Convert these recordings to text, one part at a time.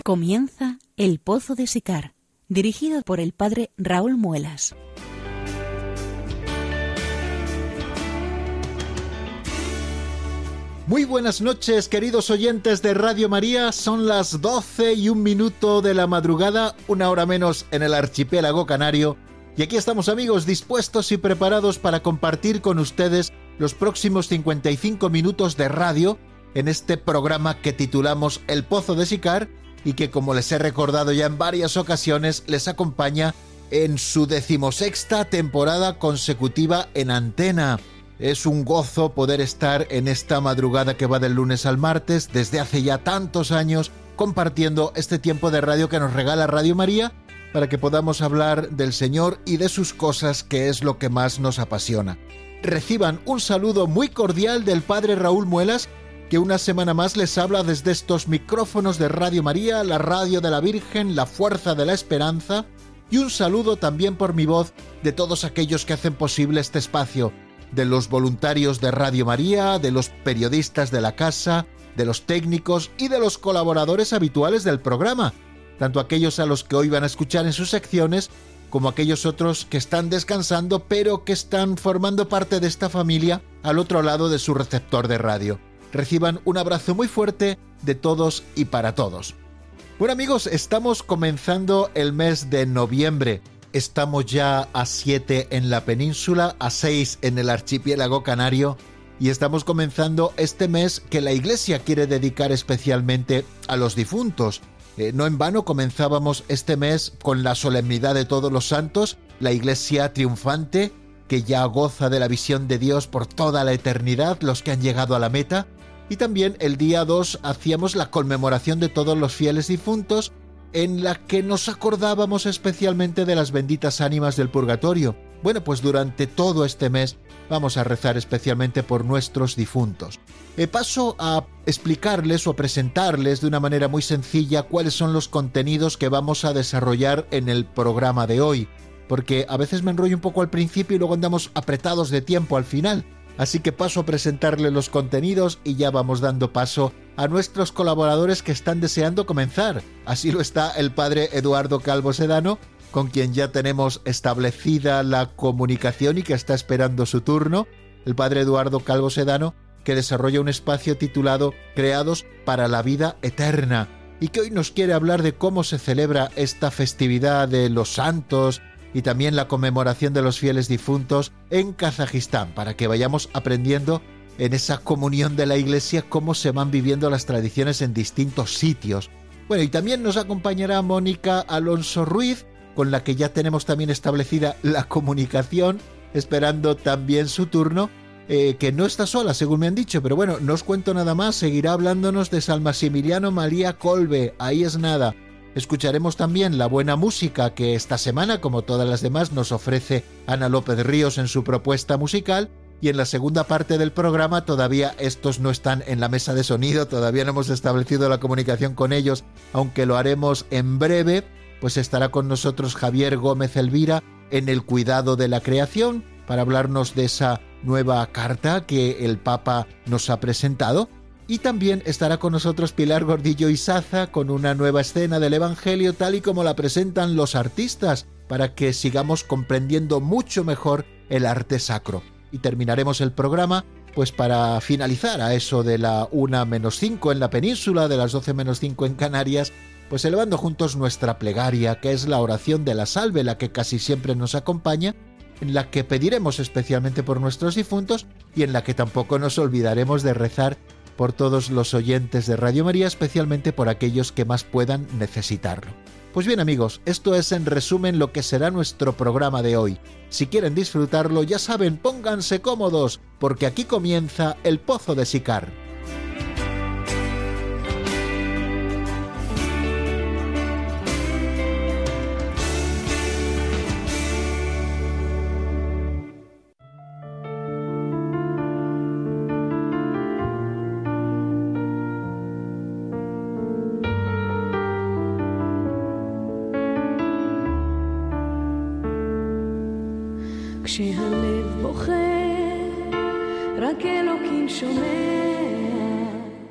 Comienza El Pozo de Sicar, dirigido por el padre Raúl Muelas. Muy buenas noches, queridos oyentes de Radio María. Son las 12:01 de la madrugada, una hora menos en el archipiélago canario. Y aquí estamos, amigos, dispuestos y preparados para compartir con ustedes los próximos 55 minutos de radio en este programa que titulamos El Pozo de Sicar y que, como les he recordado ya en varias ocasiones, les acompaña en su 16ª temporada consecutiva en antena. Es un gozo poder estar en esta madrugada que va del lunes al martes, desde hace ya tantos años, compartiendo este tiempo de radio que nos regala Radio María, para que podamos hablar del Señor y de sus cosas, que es lo que más nos apasiona. Reciban un saludo muy cordial del padre Raúl Muelas, que una semana más les habla desde estos micrófonos de Radio María, la radio de la Virgen, la fuerza de la esperanza, y un saludo también por mi voz de todos aquellos que hacen posible este espacio, de los voluntarios de Radio María, de los periodistas de la casa, de los técnicos y de los colaboradores habituales del programa, tanto aquellos a los que hoy van a escuchar en sus secciones, como aquellos otros que están descansando, pero que están formando parte de esta familia al otro lado de su receptor de radio. Reciban un abrazo muy fuerte de todos y para todos. Bueno, amigos, estamos comenzando el mes de noviembre. Estamos ya a 7 en la península, a 6 en el archipiélago canario, y estamos comenzando este mes que la Iglesia quiere dedicar especialmente a los difuntos. No en vano comenzábamos este mes con la solemnidad de todos los santos, la Iglesia triunfante, que ya goza de la visión de Dios por toda la eternidad, los que han llegado a la meta, y también el día 2 hacíamos la conmemoración de todos los fieles difuntos, en la que nos acordábamos especialmente de las benditas ánimas del purgatorio. Bueno, pues durante todo este mes vamos a rezar especialmente por nuestros difuntos. Paso a explicarles o a presentarles de una manera muy sencilla cuáles son los contenidos que vamos a desarrollar en el programa de hoy, porque a veces me enrollo un poco al principio y luego andamos apretados de tiempo al final. Así que paso a presentarles los contenidos y ya vamos dando paso a nuestros colaboradores que están deseando comenzar. Así lo está el padre Eduardo Calvo Sedano, con quien ya tenemos establecida la comunicación y que está esperando su turno. El padre Eduardo Calvo Sedano, que desarrolla un espacio titulado Creados para la Vida Eterna, y que hoy nos quiere hablar de cómo se celebra esta festividad de los santos y también la conmemoración de los fieles difuntos en Kazajistán, para que vayamos aprendiendo en esa comunión de la Iglesia cómo se van viviendo las tradiciones en distintos sitios. Bueno, y también nos acompañará Mónica Alonso Ruiz, con la que ya tenemos también establecida la comunicación, esperando también su turno, que no está sola, según me han dicho, pero bueno, no os cuento nada más, seguirá hablándonos de San Maximiliano María Kolbe, ahí es nada. Escucharemos también la buena música que esta semana, como todas las demás, nos ofrece Ana López Ríos en su propuesta musical, y en la segunda parte del programa todavía estos no están en la mesa de sonido, todavía no hemos establecido la comunicación con ellos, aunque lo haremos en breve, pues estará con nosotros Javier Gómez Elvira en el cuidado de la creación para hablarnos de esa nueva carta que el Papa nos ha presentado. Y también estará con nosotros Pilar Gordillo Izaza con una nueva escena del Evangelio tal y como la presentan los artistas, para que sigamos comprendiendo mucho mejor el arte sacro. Y terminaremos el programa, pues para finalizar a eso de la 1:05 en la península, de las 12:05 en Canarias, pues elevando juntos nuestra plegaria, que es la oración de la salve, la que casi siempre nos acompaña, en la que pediremos especialmente por nuestros difuntos y en la que tampoco nos olvidaremos de rezar por todos los oyentes de Radio María, especialmente por aquellos que más puedan necesitarlo. Pues bien, amigos, esto es en resumen lo que será nuestro programa de hoy. Si quieren disfrutarlo, ya saben, pónganse cómodos, porque aquí comienza El Pozo de Sicar. כשהלב בוכה, רק אלוקים שומע.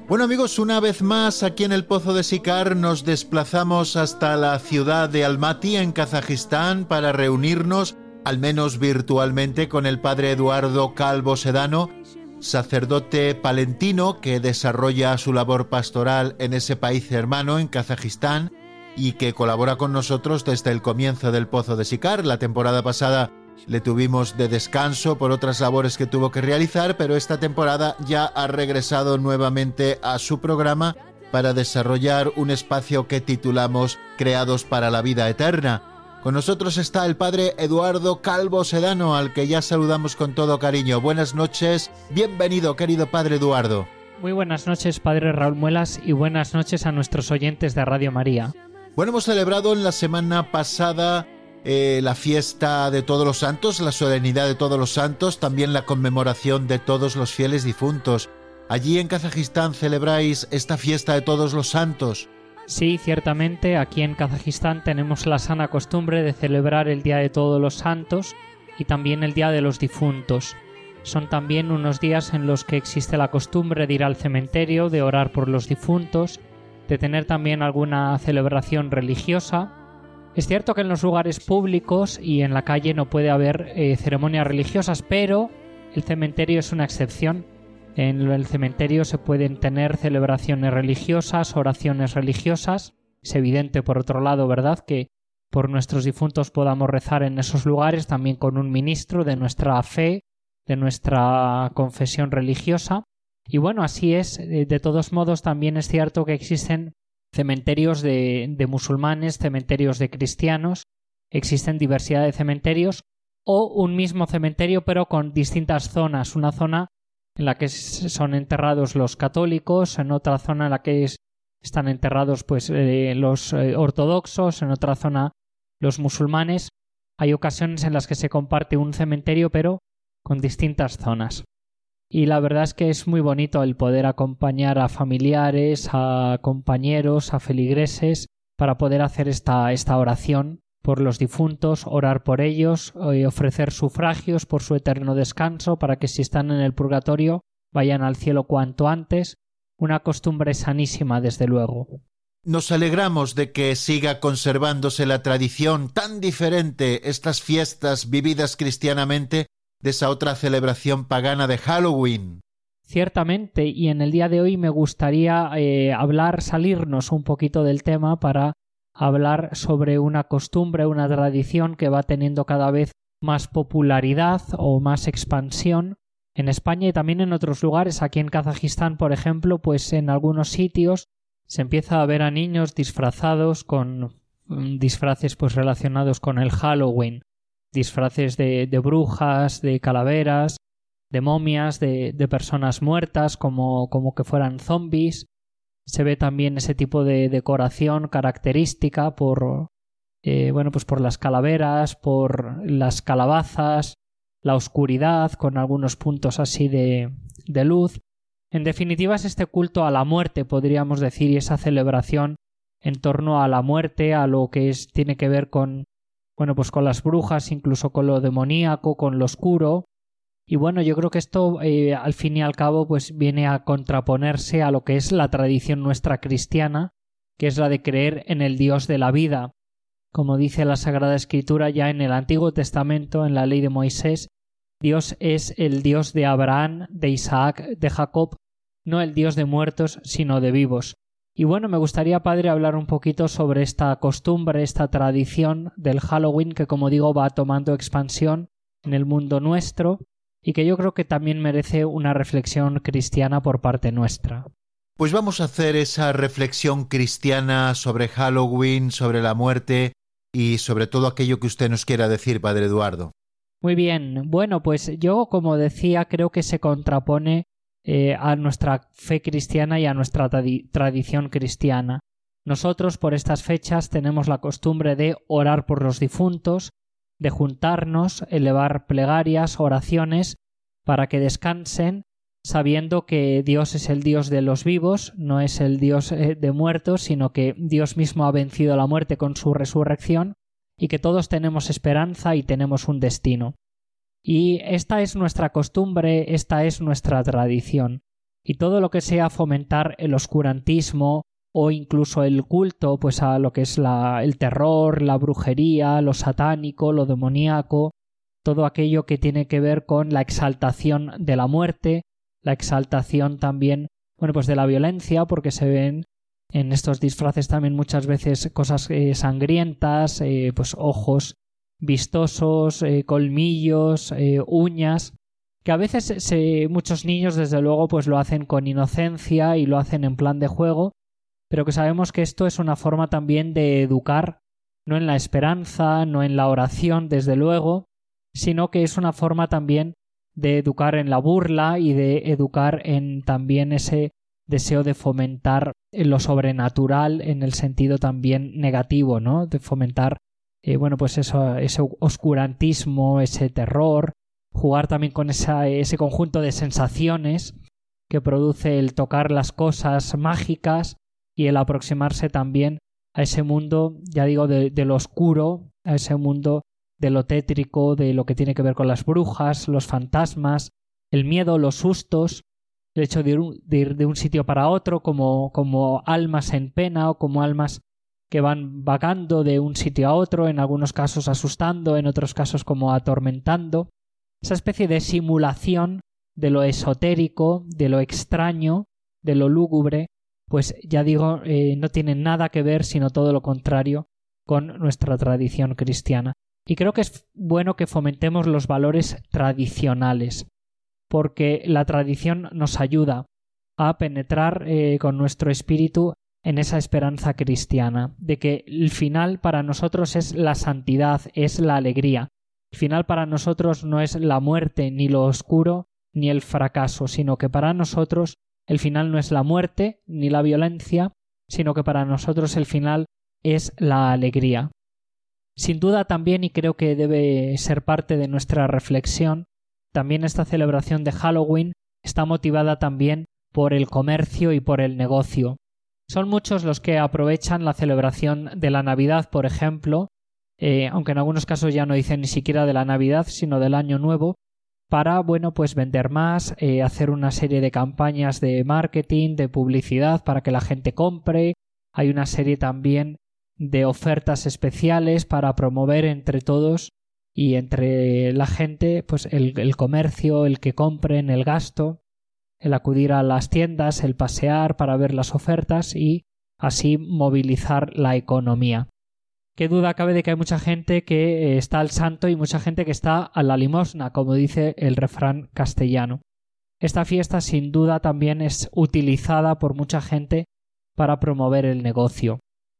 Bueno amigos, una vez más aquí en el Pozo de Sicar nos desplazamos hasta la ciudad de Almaty en Kazajistán para reunirnos, al menos virtualmente, con el padre Eduardo Calvo Sedano, sacerdote palentino que desarrolla su labor pastoral en ese país hermano, en Kazajistán, y que colabora con nosotros desde el comienzo del Pozo de Sicar. La temporada pasada le tuvimos de descanso por otras labores que tuvo que realizar, pero esta temporada ya ha regresado nuevamente a su programa para desarrollar un espacio que titulamos Creados para la Vida Eterna. Con nosotros está el padre Eduardo Calvo Sedano, al que ya saludamos con todo cariño. Buenas noches, bienvenido querido padre Eduardo. Muy buenas noches, padre Raúl Muelas, y buenas noches a nuestros oyentes de Radio María. Bueno, hemos celebrado en la semana pasada la fiesta de Todos los Santos, la solemnidad de Todos los Santos, también la conmemoración de todos los fieles difuntos. Allí en Kazajistán celebráis esta fiesta de Todos los Santos. Sí, ciertamente, aquí en Kazajistán tenemos la sana costumbre de celebrar el Día de Todos los Santos y también el Día de los Difuntos. Son también unos días en los que existe la costumbre de ir al cementerio, de orar por los difuntos, de tener también alguna celebración religiosa. Es cierto que en los lugares públicos y en la calle no puede haber ceremonias religiosas, pero el cementerio es una excepción. En el cementerio se pueden tener celebraciones religiosas, oraciones religiosas. Es evidente, por otro lado, ¿verdad?, que por nuestros difuntos podamos rezar en esos lugares también con un ministro de nuestra fe, de nuestra confesión religiosa. Y bueno, así es. De todos modos, también es cierto que existen cementerios de musulmanes, cementerios de cristianos, existen diversidad de cementerios o un mismo cementerio pero con distintas zonas, una zona en la que son enterrados los católicos, en otra zona en la que están enterrados los ortodoxos, en otra zona los musulmanes. Hay ocasiones en las que se comparte un cementerio pero con distintas zonas. Y la verdad es que es muy bonito el poder acompañar a familiares, a compañeros, a feligreses, para poder hacer esta oración por los difuntos, orar por ellos, ofrecer sufragios por su eterno descanso, para que si están en el purgatorio vayan al cielo cuanto antes. Una costumbre sanísima, desde luego. Nos alegramos de que siga conservándose la tradición tan diferente, estas fiestas vividas cristianamente, de esa otra celebración pagana de Halloween. Ciertamente, y en el día de hoy me gustaría salirnos un poquito del tema para hablar sobre una costumbre, una tradición que va teniendo cada vez más popularidad o más expansión en España y también en otros lugares. Aquí en Kazajistán, por ejemplo, pues en algunos sitios se empieza a ver a niños disfrazados con disfraces relacionados con el Halloween. Disfraces de brujas, de calaveras, de momias, de personas muertas, como que fueran zombies. Se ve también ese tipo de decoración característica por las calaveras, por las calabazas, la oscuridad, con algunos puntos así de luz. En definitiva, es este culto a la muerte, podríamos decir, y esa celebración en torno a la muerte, a lo que tiene que ver con las brujas, incluso con lo demoníaco, con lo oscuro. Y bueno, yo creo que esto al fin y al cabo viene a contraponerse a lo que es la tradición nuestra cristiana, que es la de creer en el Dios de la vida. Como dice la Sagrada Escritura ya en el Antiguo Testamento, en la Ley de Moisés, Dios es el Dios de Abraham, de Isaac, de Jacob, no el Dios de muertos, sino de vivos. Y bueno, me gustaría, padre, hablar un poquito sobre esta costumbre, esta tradición del Halloween que, como digo, va tomando expansión en el mundo nuestro y que yo creo que también merece una reflexión cristiana por parte nuestra. Pues vamos a hacer esa reflexión cristiana sobre Halloween, sobre la muerte y sobre todo aquello que usted nos quiera decir, padre Eduardo. Muy bien. Bueno, pues yo, como decía, creo que se contrapone a nuestra fe cristiana y a nuestra tradición cristiana. Nosotros, por estas fechas, tenemos la costumbre de orar por los difuntos, de juntarnos, elevar plegarias, oraciones, para que descansen, sabiendo que Dios es el Dios de los vivos, no es el Dios de muertos, sino que Dios mismo ha vencido la muerte con su resurrección y que todos tenemos esperanza y tenemos un destino. Y esta es nuestra costumbre, esta es nuestra tradición. y todo lo que sea fomentar el oscurantismo o incluso el culto pues a lo que es el terror, la brujería, lo satánico, lo demoníaco, todo aquello que tiene que ver con la exaltación de la muerte, la exaltación también, pues de la violencia, porque se ven en estos disfraces también muchas veces cosas sangrientas, pues ojos vistosos, colmillos, uñas, que a veces muchos niños desde luego pues lo hacen con inocencia y lo hacen en plan de juego, pero que sabemos que esto es una forma también de educar, no en la esperanza, no en la oración desde luego, sino que es una forma también de educar en la burla y de educar en también ese deseo de fomentar lo sobrenatural en el sentido también negativo, ¿no? De fomentar, pues eso, ese oscurantismo, ese terror, jugar también con ese conjunto de sensaciones que produce el tocar las cosas mágicas y el aproximarse también a ese mundo, ya digo, de lo oscuro, a ese mundo de lo tétrico, de lo que tiene que ver con las brujas, los fantasmas, el miedo, los sustos, el hecho de ir de un sitio para otro como almas en pena o como almas que van vagando de un sitio a otro, en algunos casos asustando, en otros casos como atormentando. Esa especie de simulación de lo esotérico, de lo extraño, de lo lúgubre, pues ya digo, no tiene nada que ver, sino todo lo contrario, con nuestra tradición cristiana. Y creo que es bueno que fomentemos los valores tradicionales, porque la tradición nos ayuda a penetrar con nuestro espíritu en esa esperanza cristiana, de que el final para nosotros es la santidad, es la alegría. El final para nosotros no es la muerte, ni lo oscuro, ni el fracaso, sino que para nosotros el final no es la muerte, ni la violencia, sino que para nosotros el final es la alegría. Sin duda también, y creo que debe ser parte de nuestra reflexión, también esta celebración de Halloween está motivada también por el comercio y por el negocio. Son muchos los que aprovechan la celebración de la Navidad, por ejemplo, aunque en algunos casos ya no dicen ni siquiera de la Navidad, sino del Año Nuevo, para, pues vender más, hacer una serie de campañas de marketing, de publicidad para que la gente compre. Hay una serie también de ofertas especiales para promover entre todos y entre la gente pues el comercio, el que compren, el gasto, el acudir a las tiendas, el pasear para ver las ofertas y así movilizar la economía. Qué duda cabe de que hay mucha gente que está al santo y mucha gente que está a la limosna, como dice el refrán castellano. Esta fiesta sin duda también es utilizada por mucha gente para promover el negocio.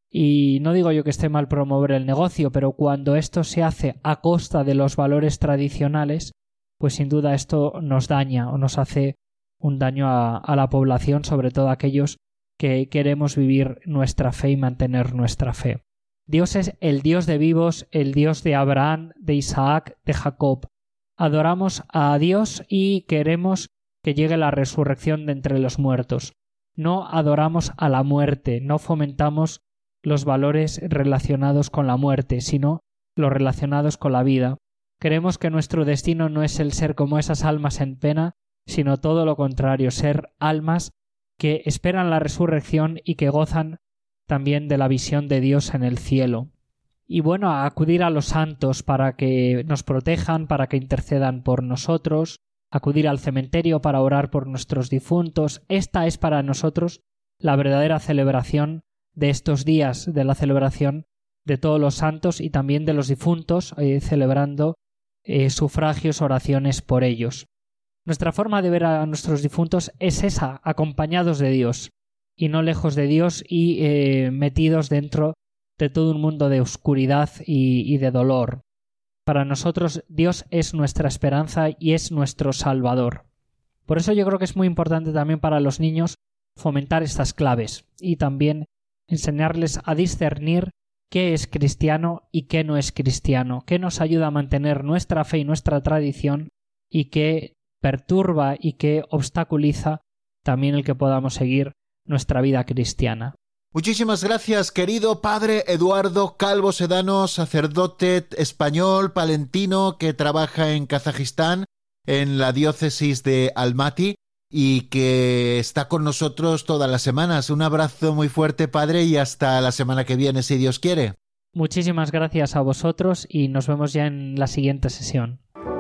Y no digo yo que esté mal promover el negocio, pero cuando esto se hace a costa de los valores tradicionales, pues sin duda esto nos daña o nos hace un daño a la población, sobre todo a aquellos que queremos vivir nuestra fe y mantener nuestra fe. Dios es el Dios de vivos, el Dios de Abraham, de Isaac, de Jacob. Adoramos a Dios y queremos que llegue la resurrección de entre los muertos. No adoramos a la muerte, no fomentamos los valores relacionados con la muerte, sino los relacionados con la vida. Creemos que nuestro destino no es el ser como esas almas en pena, sino todo lo contrario, ser almas que esperan la resurrección y que gozan también de la visión de Dios en el cielo. Y a acudir a los santos para que nos protejan, para que intercedan por nosotros, acudir al cementerio para orar por nuestros difuntos. Esta es para nosotros la verdadera celebración de estos días, de la celebración de todos los santos y también de los difuntos, celebrando sufragios, oraciones por ellos. Nuestra forma de ver a nuestros difuntos es esa, acompañados de Dios, y no lejos de Dios y metidos dentro de todo un mundo de oscuridad y de dolor. Para nosotros Dios es nuestra esperanza y es nuestro Salvador. Por eso yo creo que es muy importante también para los niños fomentar estas claves y también enseñarles a discernir qué es cristiano y qué no es cristiano, qué nos ayuda a mantener nuestra fe y nuestra tradición y qué perturba y qué obstaculiza también el que podamos seguir nuestra vida cristiana. Muchísimas gracias, querido padre Eduardo Calvo Sedano, sacerdote español palentino que trabaja en Kazajistán, en la diócesis de Almaty. y que está con nosotros todas las semanas. Un abrazo muy fuerte, Padre, y hasta la semana que viene, si Dios quiere. Muchísimas gracias a vosotros y nos vemos ya en la siguiente sesión.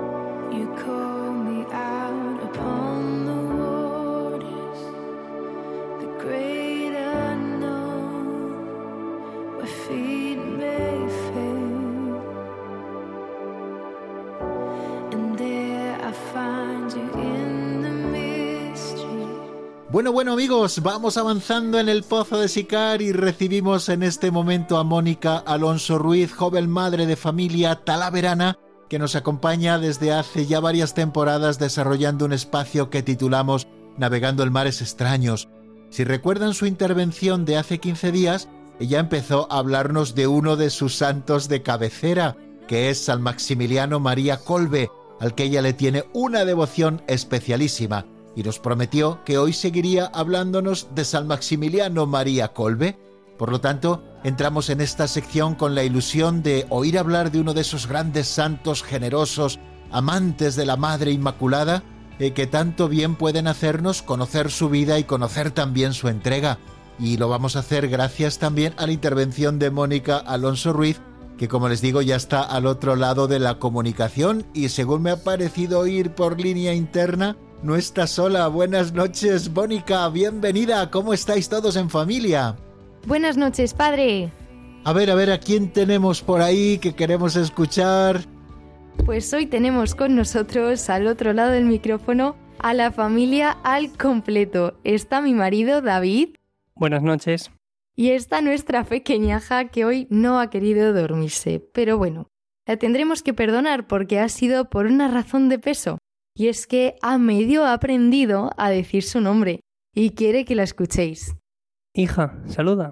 Bueno amigos, vamos avanzando en el Pozo de Sicar y recibimos en este momento a Mónica Alonso Ruiz, joven madre de familia talaverana, que nos acompaña desde hace ya varias temporadas desarrollando un espacio que titulamos Navegando en mares extraños. Si recuerdan su intervención de hace 15 días, ella empezó a hablarnos de uno de sus santos de cabecera, que es San Maximiliano María Kolbe, al que ella le tiene una devoción especialísima. Y nos prometió que hoy seguiría hablándonos de San Maximiliano María Kolbe. Por lo tanto, entramos en esta sección con la ilusión de oír hablar de uno de esos grandes santos generosos, amantes de la Madre Inmaculada, que tanto bien pueden hacernos conocer su vida y conocer también su entrega. Y lo vamos a hacer gracias también a la intervención de Mónica Alonso Ruiz, que como les digo ya está al otro lado de la comunicación y según me ha parecido oír por línea interna, no está sola. Buenas noches, Mónica, bienvenida. ¿Cómo estáis todos en familia? Buenas noches, padre. A ver, ¿a quién tenemos por ahí que queremos escuchar? Pues hoy tenemos con nosotros, al otro lado del micrófono, a la familia al completo. Está mi marido, David. Buenas noches. Y está nuestra pequeñaja que hoy no ha querido dormirse. Pero bueno, la tendremos que perdonar porque ha sido por una razón de peso. Y es que ha medio aprendido a decir su nombre y quiere que la escuchéis. Hija, saluda.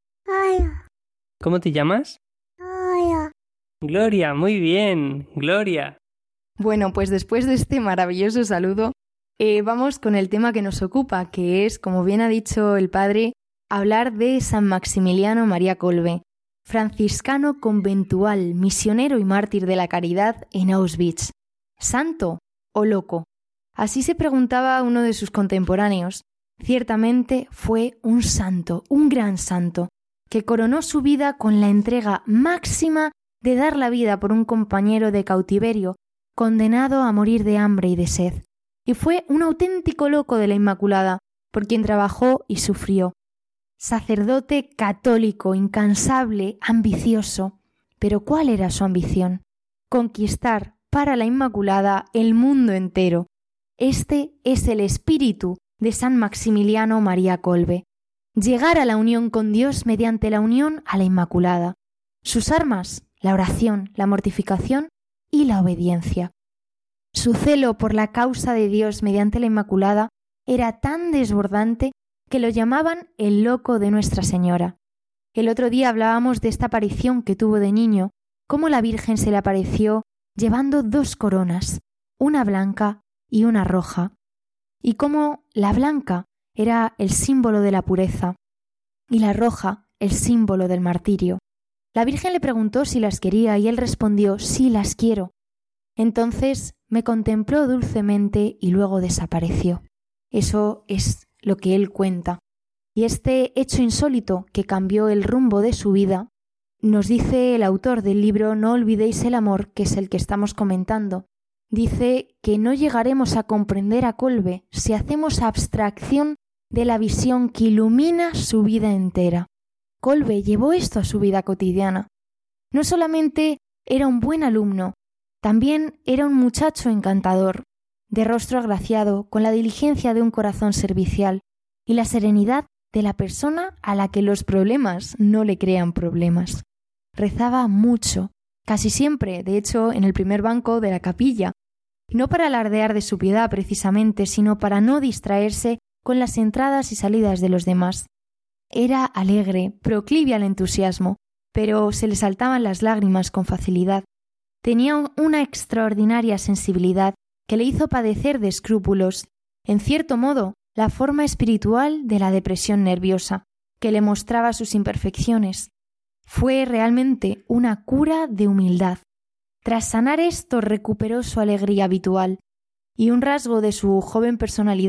Hola. ¿Cómo te llamas? Hola. Gloria, muy bien, Gloria. Bueno, pues después de este maravilloso saludo, vamos con el tema que nos ocupa, que es, como bien ha dicho el padre, hablar de San Maximiliano María Kolbe, franciscano conventual, misionero y mártir de la caridad en Auschwitz. ¿Santo o loco? Así se preguntaba uno de sus contemporáneos. Ciertamente fue un santo, un gran santo, que coronó su vida con la entrega máxima de dar la vida por un compañero de cautiverio condenado a morir de hambre y de sed. Y fue un auténtico loco de la Inmaculada, por quien trabajó y sufrió. Sacerdote católico, incansable, ambicioso. Pero ¿cuál era su ambición? Conquistar para la Inmaculada el mundo entero. Este es el espíritu de San Maximiliano María Kolbe. Llegar a la unión con Dios mediante la unión a la Inmaculada. Sus armas, la oración, la mortificación y la obediencia. Su celo por la causa de Dios mediante la Inmaculada era tan desbordante que lo llamaban el loco de Nuestra Señora. El otro día hablábamos de esta aparición que tuvo de niño, cómo la Virgen se le apareció llevando 2 coronas, una blanca y una roja, y cómo la blanca era el símbolo de la pureza y la roja el símbolo del martirio. La Virgen le preguntó si las quería y él respondió: sí, las quiero. Entonces me contempló dulcemente y luego desapareció. Eso es lo que él cuenta. Y este hecho insólito que cambió el rumbo de su vida, nos dice el autor del libro No olvidéis el amor, que es el que estamos comentando. Dice que no llegaremos a comprender a Kolbe si hacemos abstracción de la visión que ilumina su vida entera. Kolbe llevó esto a su vida cotidiana. No solamente era un buen alumno, también era un muchacho encantador, de rostro agraciado, con la diligencia de un corazón servicial y la serenidad de la persona a la que los problemas no le crean problemas. Rezaba mucho, casi siempre, de hecho, en el primer banco de la capilla, no para alardear de su piedad precisamente, sino para no distraerse con las entradas y salidas de los demás. Era alegre, proclive al entusiasmo, pero se le saltaban las lágrimas con facilidad. Tenía una extraordinaria sensibilidad que le hizo padecer de escrúpulos, en cierto modo, la forma espiritual de la depresión nerviosa, que le mostraba sus imperfecciones. Fue realmente una cura de humildad. Tras sanar esto, recuperó su alegría habitual, y un rasgo de su joven personalidad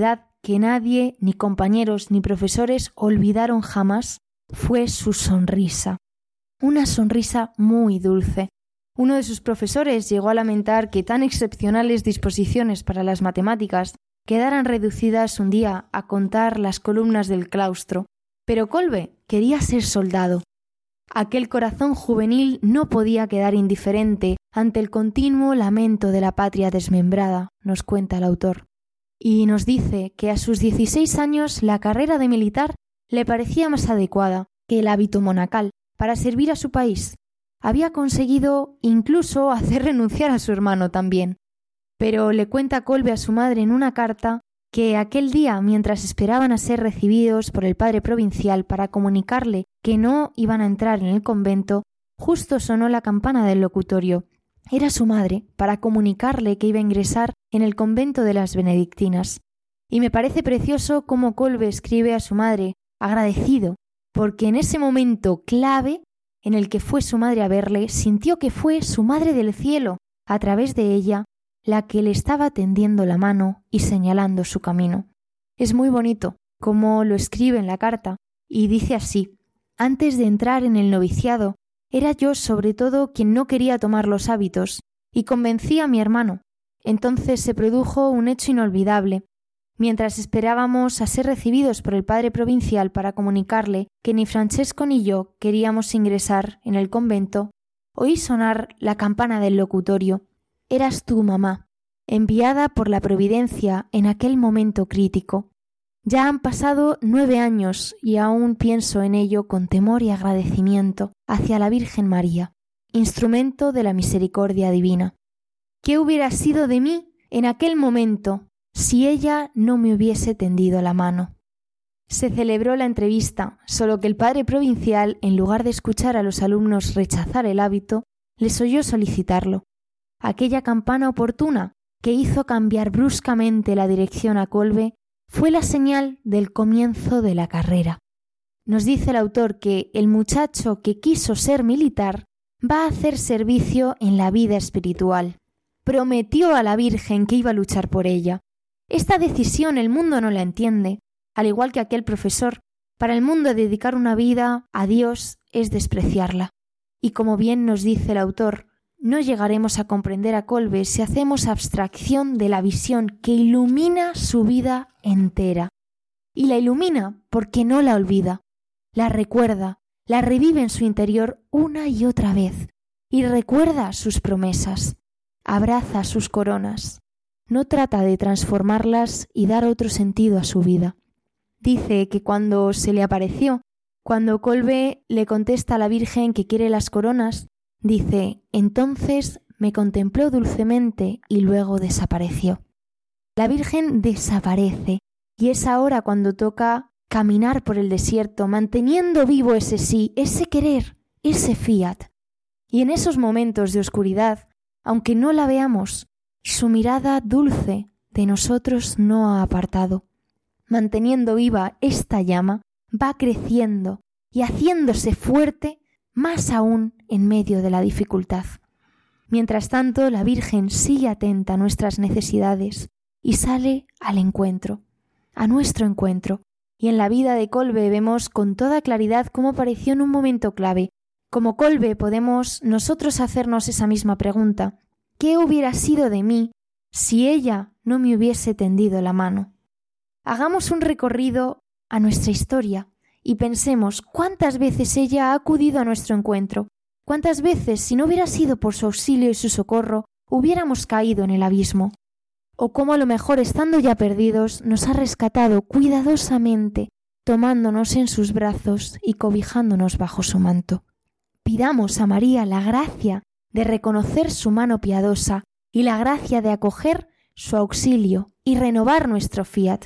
que nadie, ni compañeros, ni profesores olvidaron jamás fue su sonrisa. Una sonrisa muy dulce. Uno de sus profesores llegó a lamentar que tan excepcionales disposiciones para las matemáticas quedaran reducidas un día a contar las columnas del claustro. Pero Kolbe quería ser soldado. Aquel corazón juvenil no podía quedar indiferente ante el continuo lamento de la patria desmembrada, nos cuenta el autor. Y nos dice que a sus 16 años la carrera de militar le parecía más adecuada que el hábito monacal para servir a su país. Había conseguido incluso hacer renunciar a su hermano también. Pero le cuenta Kolbe a su madre en una carta que aquel día, mientras esperaban a ser recibidos por el padre provincial para comunicarle que no iban a entrar en el convento, justo sonó la campana del locutorio. Era su madre para comunicarle que iba a ingresar en el convento de las benedictinas. Y me parece precioso cómo Kolbe escribe a su madre, agradecido, porque en ese momento clave en el que fue su madre a verle, sintió que fue su madre del cielo, a través de ella, la que le estaba tendiendo la mano y señalando su camino. Es muy bonito como lo escribe en la carta, y dice así: antes de entrar en el noviciado, era yo sobre todo quien no quería tomar los hábitos, y convencí a mi hermano. Entonces se produjo un hecho inolvidable. Mientras esperábamos a ser recibidos por el padre provincial para comunicarle que ni Francesco ni yo queríamos ingresar en el convento, oí sonar la campana del locutorio. Eras tú, mamá, enviada por la providencia en aquel momento crítico. Ya han pasado 9 años y aún pienso en ello con temor y agradecimiento hacia la Virgen María, instrumento de la misericordia divina. ¿Qué hubiera sido de mí en aquel momento si ella no me hubiese tendido la mano? Se celebró la entrevista, solo que el padre provincial, en lugar de escuchar a los alumnos rechazar el hábito, les oyó solicitarlo. Aquella campana oportuna, que hizo cambiar bruscamente la dirección a Kolbe, fue la señal del comienzo de la carrera. Nos dice el autor que el muchacho que quiso ser militar va a hacer servicio en la vida espiritual. Prometió a la Virgen que iba a luchar por ella. Esta decisión el mundo no la entiende, al igual que aquel profesor. Para el mundo dedicar una vida a Dios es despreciarla. Y como bien nos dice el autor, no llegaremos a comprender a Kolbe si hacemos abstracción de la visión que ilumina su vida entera. Y la ilumina porque no la olvida, la recuerda, la revive en su interior una y otra vez, y recuerda sus promesas, abraza sus coronas, no trata de transformarlas y dar otro sentido a su vida. Dice que cuando se le apareció, cuando Kolbe le contesta a la Virgen que quiere las coronas, dice: entonces me contempló dulcemente y luego desapareció. La Virgen desaparece y es ahora cuando toca caminar por el desierto, manteniendo vivo ese sí, ese querer, ese fiat. Y en esos momentos de oscuridad, aunque no la veamos, su mirada dulce de nosotros no ha apartado. Manteniendo viva esta llama, va creciendo y haciéndose fuerte más aún en medio de la dificultad. Mientras tanto, la Virgen sigue atenta a nuestras necesidades y sale al encuentro, a nuestro encuentro. Y en la vida de Kolbe vemos con toda claridad cómo apareció en un momento clave. Como Kolbe podemos nosotros hacernos esa misma pregunta: ¿qué hubiera sido de mí si ella no me hubiese tendido la mano? Hagamos un recorrido a nuestra historia y pensemos cuántas veces ella ha acudido a nuestro encuentro, cuántas veces, si no hubiera sido por su auxilio y su socorro, hubiéramos caído en el abismo, o cómo a lo mejor, estando ya perdidos, nos ha rescatado cuidadosamente, tomándonos en sus brazos y cobijándonos bajo su manto. Pidamos a María la gracia de reconocer su mano piadosa y la gracia de acoger su auxilio y renovar nuestro fiat.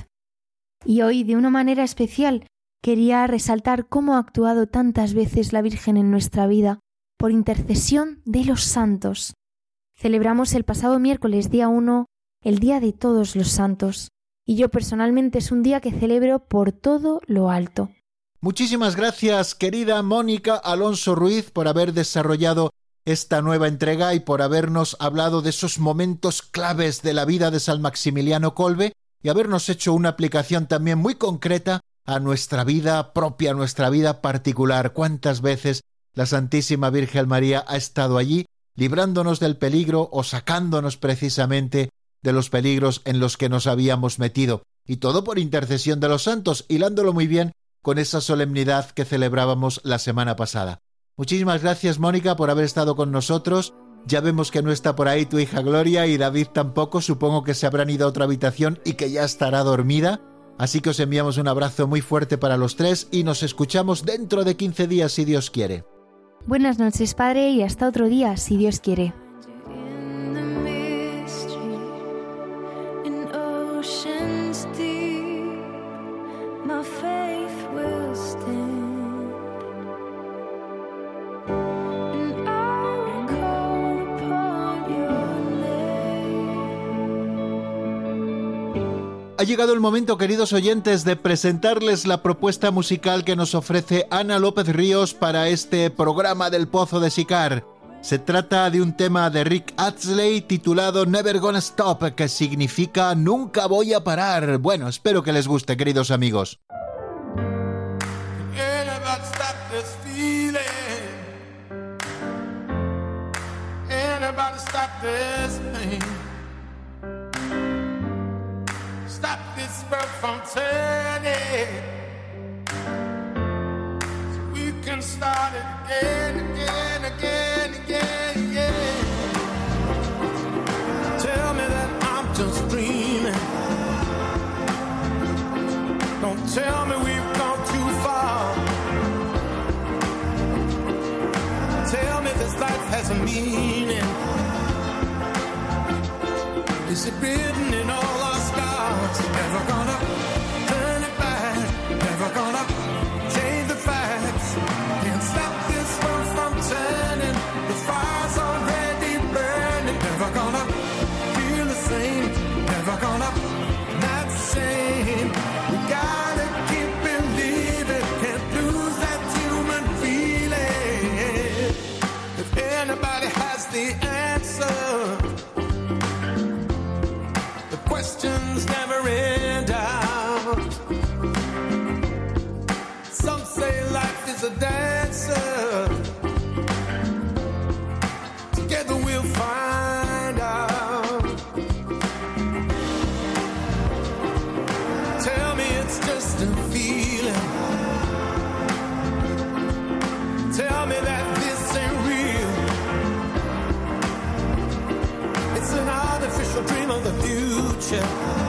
Y hoy, de una manera especial, quería resaltar cómo ha actuado tantas veces la Virgen en nuestra vida por intercesión de los santos. Celebramos el pasado miércoles, día 1, el Día de Todos los Santos, y yo personalmente es un día que celebro por todo lo alto. Muchísimas gracias, querida Mónica Alonso Ruiz, por haber desarrollado esta nueva entrega y por habernos hablado de esos momentos claves de la vida de San Maximiliano Kolbe, y habernos hecho una aplicación también muy concreta a nuestra vida propia, a nuestra vida particular. ¿Cuántas veces la Santísima Virgen María ha estado allí, librándonos del peligro o sacándonos precisamente de los peligros en los que nos habíamos metido? Y todo por intercesión de los santos, hilándolo muy bien con esa solemnidad que celebrábamos la semana pasada. Muchísimas gracias, Mónica, por haber estado con nosotros. Ya vemos que no está por ahí tu hija Gloria y David tampoco. Supongo que se habrán ido a otra habitación y que ya estará dormida. Así que os enviamos un abrazo muy fuerte para los tres y nos escuchamos dentro de 15 días, si Dios quiere. Buenas noches, Padre, y hasta otro día, si Dios quiere. Ha llegado el momento, queridos oyentes, de presentarles la propuesta musical que nos ofrece Ana López Ríos para este programa del Pozo de Sicar. Se trata de un tema de Rick Astley titulado Never Gonna Stop, que significa Nunca voy a parar. Bueno, espero que les guste, queridos amigos. Stop this world from turning, so we can start it again, again, again, again, yeah. Tell me that I'm just dreaming. Don't tell me we've gone too far. Tell me this life has a meaning. Is it written in all our stars? Never gonna turn it back. Never gonna change the facts. Can't stop this world from turning. The fire's already burning. Never gonna feel the same. Never gonna not the same. We gotta keep believing. Can't lose that human feeling. If anybody has the answer, questions never end out. Some say life is a dancer. Together we'll find out. Tell me it's just a feeling. Tell me that this ain't real. It's an artificial dream of the future.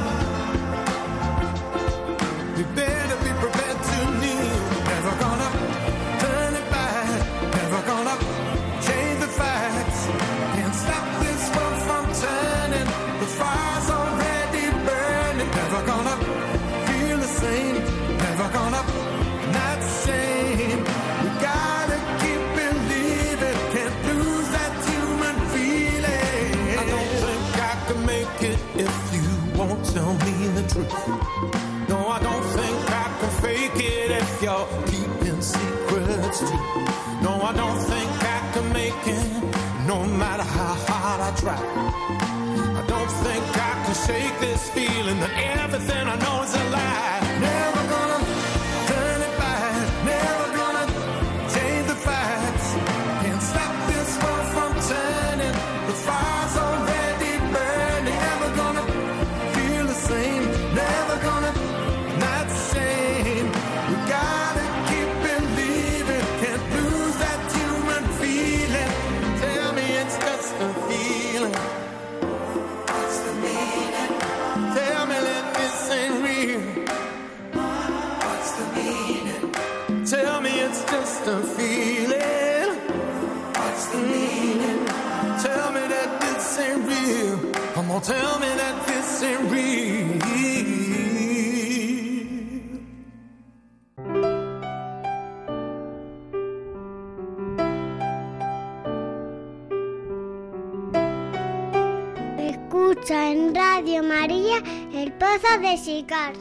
We better be prepared to kneel. Never gonna turn it back. Never gonna change the facts. Can't stop this world from turning. The fire's already burning. Never gonna feel the same. Never gonna not the same. We gotta keep believing. Can't lose that human feeling. I don't think I can make it if you won't tell me the truth. No, I don't think I can fake it if you're keeping secrets too. No, I don't think I can make it no matter how hard I try. I don't think I can shake this feeling that everything I know is a lie. Never gonna turn it back. Never gonna change the facts. Can't stop this world from turning. The fire's already burning. Never gonna feel the same. Never gonna not the same. We gotta keep believing. Can't lose that human feeling. Tell me it's just a feeling. What's the meaning? Tell me that this ain't real. What's the meaning? Tell me it's just a feeling. What's the meaning? Tell me that this ain't real. Come on, tell me that this ain't real. Escucha en Radio María el Pozo de Sicar.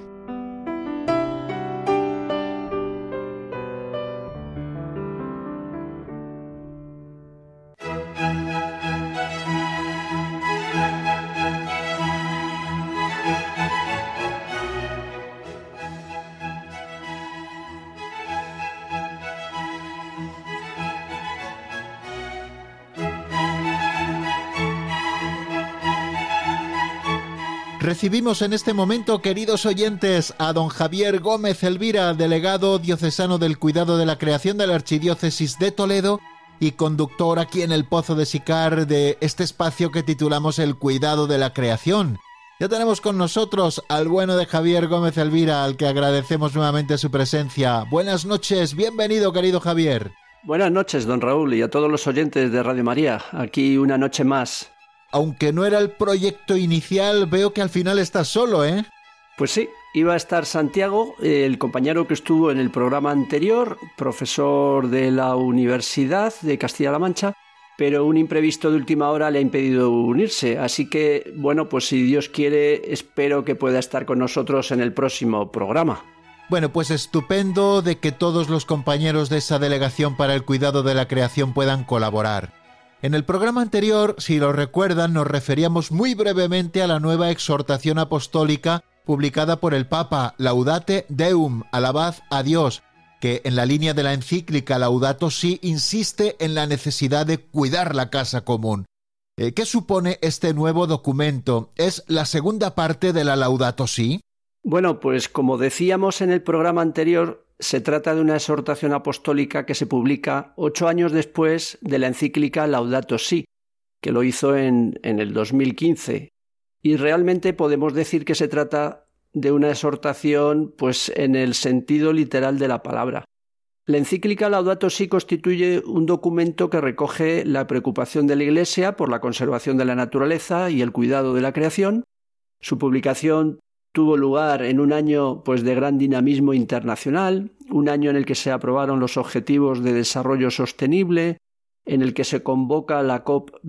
Recibimos en este momento, queridos oyentes, a don Javier Gómez Elvira, delegado diocesano del Cuidado de la Creación de la Archidiócesis de Toledo y conductor aquí en el Pozo de Sicar de este espacio que titulamos El Cuidado de la Creación. Ya tenemos con nosotros al bueno de Javier Gómez Elvira, al que agradecemos nuevamente su presencia. Buenas noches, bienvenido, querido Javier. Buenas noches, don Raúl, y a todos los oyentes de Radio María. Aquí una noche más. Aunque no era el proyecto inicial, veo que al final estás solo, ¿eh? Pues sí, iba a estar Santiago, el compañero que estuvo en el programa anterior, profesor de la Universidad de Castilla-La Mancha, pero un imprevisto de última hora le ha impedido unirse. Así que, bueno, pues si Dios quiere, espero que pueda estar con nosotros en el próximo programa. Bueno, pues estupendo de que todos los compañeros de esa delegación para el cuidado de la creación puedan colaborar. En el programa anterior, si lo recuerdan, nos referíamos muy brevemente a la nueva exhortación apostólica publicada por el Papa, Laudate Deum, alabad a Dios, que en la línea de la encíclica Laudato Si insiste en la necesidad de cuidar la casa común. ¿Qué supone este nuevo documento? ¿Es la segunda parte de la Laudato Si? Bueno, pues como decíamos en el programa anterior, se trata de una exhortación apostólica que se publica 8 años después de la encíclica Laudato Si, que lo hizo en el 2015. Y realmente podemos decir que se trata de una exhortación pues en el sentido literal de la palabra. La encíclica Laudato Si constituye un documento que recoge la preocupación de la Iglesia por la conservación de la naturaleza y el cuidado de la creación. Su publicación tuvo lugar en un año pues de gran dinamismo internacional, un año en el que se aprobaron los Objetivos de Desarrollo Sostenible, en el que se convoca la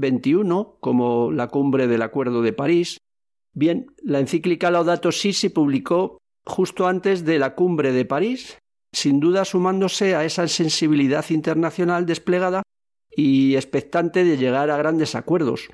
COP21 como la cumbre del Acuerdo de París. Bien, la encíclica Laudato Si se publicó justo antes de la cumbre de París, sin duda sumándose a esa sensibilidad internacional desplegada y expectante de llegar a grandes acuerdos.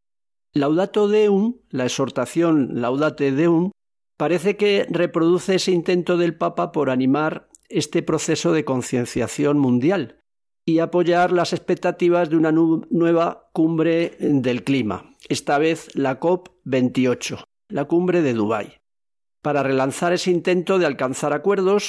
Laudato Deum, la exhortación Laudate Deum, parece que reproduce ese intento del Papa por animar este proceso de concienciación mundial y apoyar las expectativas de una nueva cumbre del clima, esta vez la COP28, la cumbre de Dubái, para relanzar ese intento de alcanzar acuerdos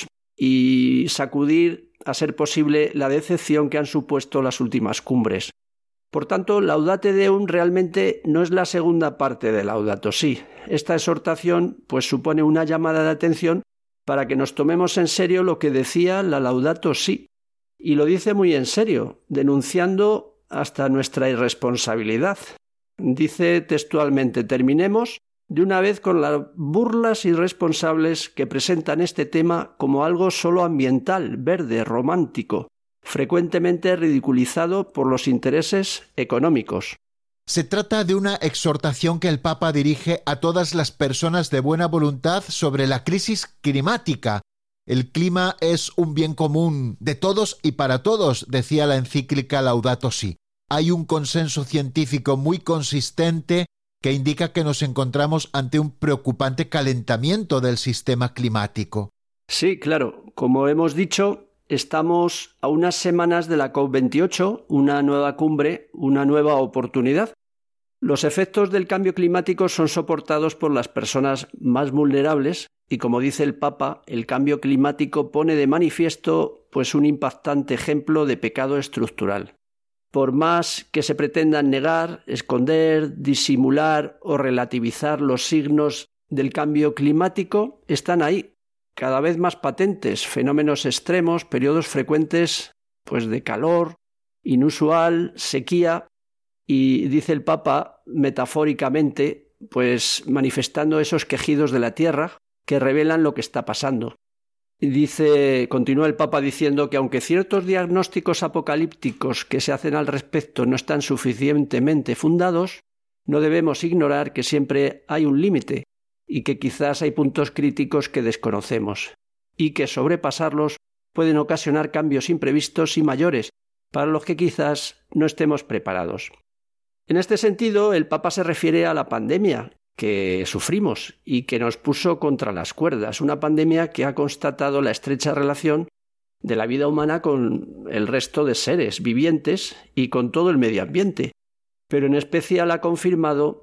y sacudir, a ser posible, la decepción que han supuesto las últimas cumbres. Por tanto, Laudate Deum realmente no es la segunda parte de Laudato Si. Esta exhortación pues supone una llamada de atención para que nos tomemos en serio lo que decía la Laudato Si. Y lo dice muy en serio, denunciando hasta nuestra irresponsabilidad. Dice textualmente: terminemos de una vez con las burlas irresponsables que presentan este tema como algo solo ambiental, verde, romántico, frecuentemente ridiculizado por los intereses económicos. Se trata de una exhortación que el Papa dirige a todas las personas de buena voluntad sobre la crisis climática. El clima es un bien común de todos y para todos, decía la encíclica Laudato Si. Hay un consenso científico muy consistente que indica que nos encontramos ante un preocupante calentamiento del sistema climático. Sí, claro. Como hemos dicho, estamos a unas semanas de la COP28, una nueva cumbre, una nueva oportunidad. Los efectos del cambio climático son soportados por las personas más vulnerables y, como dice el Papa, el cambio climático pone de manifiesto pues un impactante ejemplo de pecado estructural. Por más que se pretendan negar, esconder, disimular o relativizar los signos del cambio climático, están ahí, cada vez más patentes, fenómenos extremos, periodos frecuentes pues de calor, inusual, sequía, y dice el Papa metafóricamente, pues manifestando esos quejidos de la tierra que revelan lo que está pasando. Y continúa el Papa diciendo que aunque ciertos diagnósticos apocalípticos que se hacen al respecto no están suficientemente fundados, no debemos ignorar que siempre hay un límite y que quizás hay puntos críticos que desconocemos y que sobrepasarlos pueden ocasionar cambios imprevistos y mayores para los que quizás no estemos preparados. En este sentido, el Papa se refiere a la pandemia que sufrimos y que nos puso contra las cuerdas, una pandemia que ha constatado la estrecha relación de la vida humana con el resto de seres vivientes y con todo el medio ambiente, pero en especial ha confirmado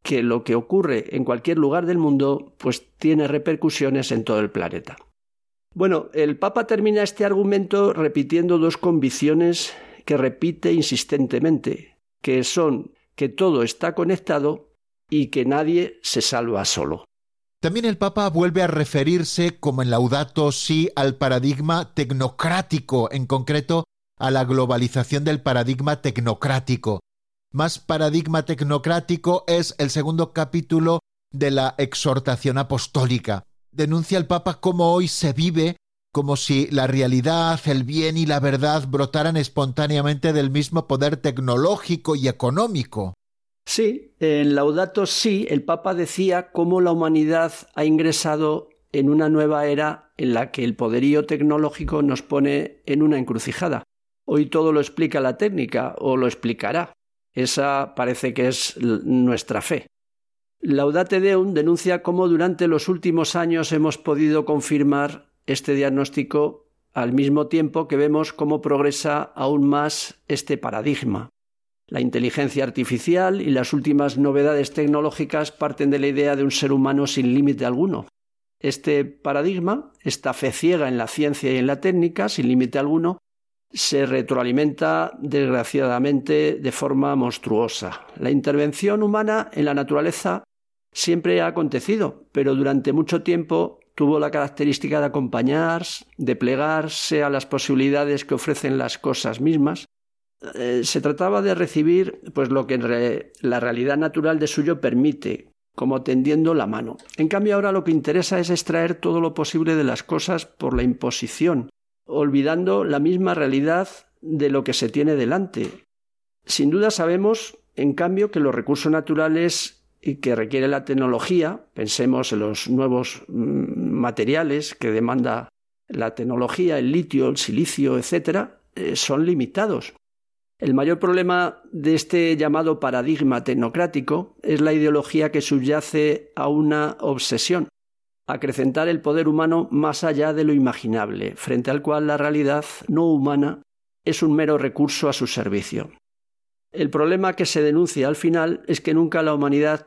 que lo que ocurre en cualquier lugar del mundo pues tiene repercusiones en todo el planeta. Bueno, el Papa termina este argumento repitiendo dos convicciones que repite insistentemente, que son que todo está conectado y que nadie se salva solo. También el Papa vuelve a referirse, como en Laudato Si, al paradigma tecnocrático, en concreto a la globalización del paradigma tecnocrático. Más paradigma tecnocrático es el segundo capítulo de la exhortación apostólica. Denuncia el Papa cómo hoy se vive como si la realidad, el bien y la verdad brotaran espontáneamente del mismo poder tecnológico y económico. Sí, en Laudato Si el Papa decía cómo la humanidad ha ingresado en una nueva era en la que el poderío tecnológico nos pone en una encrucijada. Hoy todo lo explica la técnica, o lo explicará. Esa parece que es nuestra fe. Laudate Deum denuncia cómo durante los últimos años hemos podido confirmar este diagnóstico al mismo tiempo que vemos cómo progresa aún más este paradigma. La inteligencia artificial y las últimas novedades tecnológicas parten de la idea de un ser humano sin límite alguno. Este paradigma, esta fe ciega en la ciencia y en la técnica, sin límite alguno, se retroalimenta, desgraciadamente, de forma monstruosa. La intervención humana en la naturaleza siempre ha acontecido, pero durante mucho tiempo tuvo la característica de acompañar, de plegarse a las posibilidades que ofrecen las cosas mismas. Se trataba de recibir pues lo que la realidad natural de suyo permite, como tendiendo la mano. En cambio, ahora lo que interesa es extraer todo lo posible de las cosas por la imposición, olvidando la misma realidad de lo que se tiene delante. Sin duda sabemos, en cambio, que los recursos naturales que requiere la tecnología, pensemos en los nuevos materiales que demanda la tecnología, el litio, el silicio, etc., son limitados. El mayor problema de este llamado paradigma tecnocrático es la ideología que subyace a una obsesión, acrecentar el poder humano más allá de lo imaginable, frente al cual la realidad no humana es un mero recurso a su servicio. El problema que se denuncia al final es que nunca la humanidad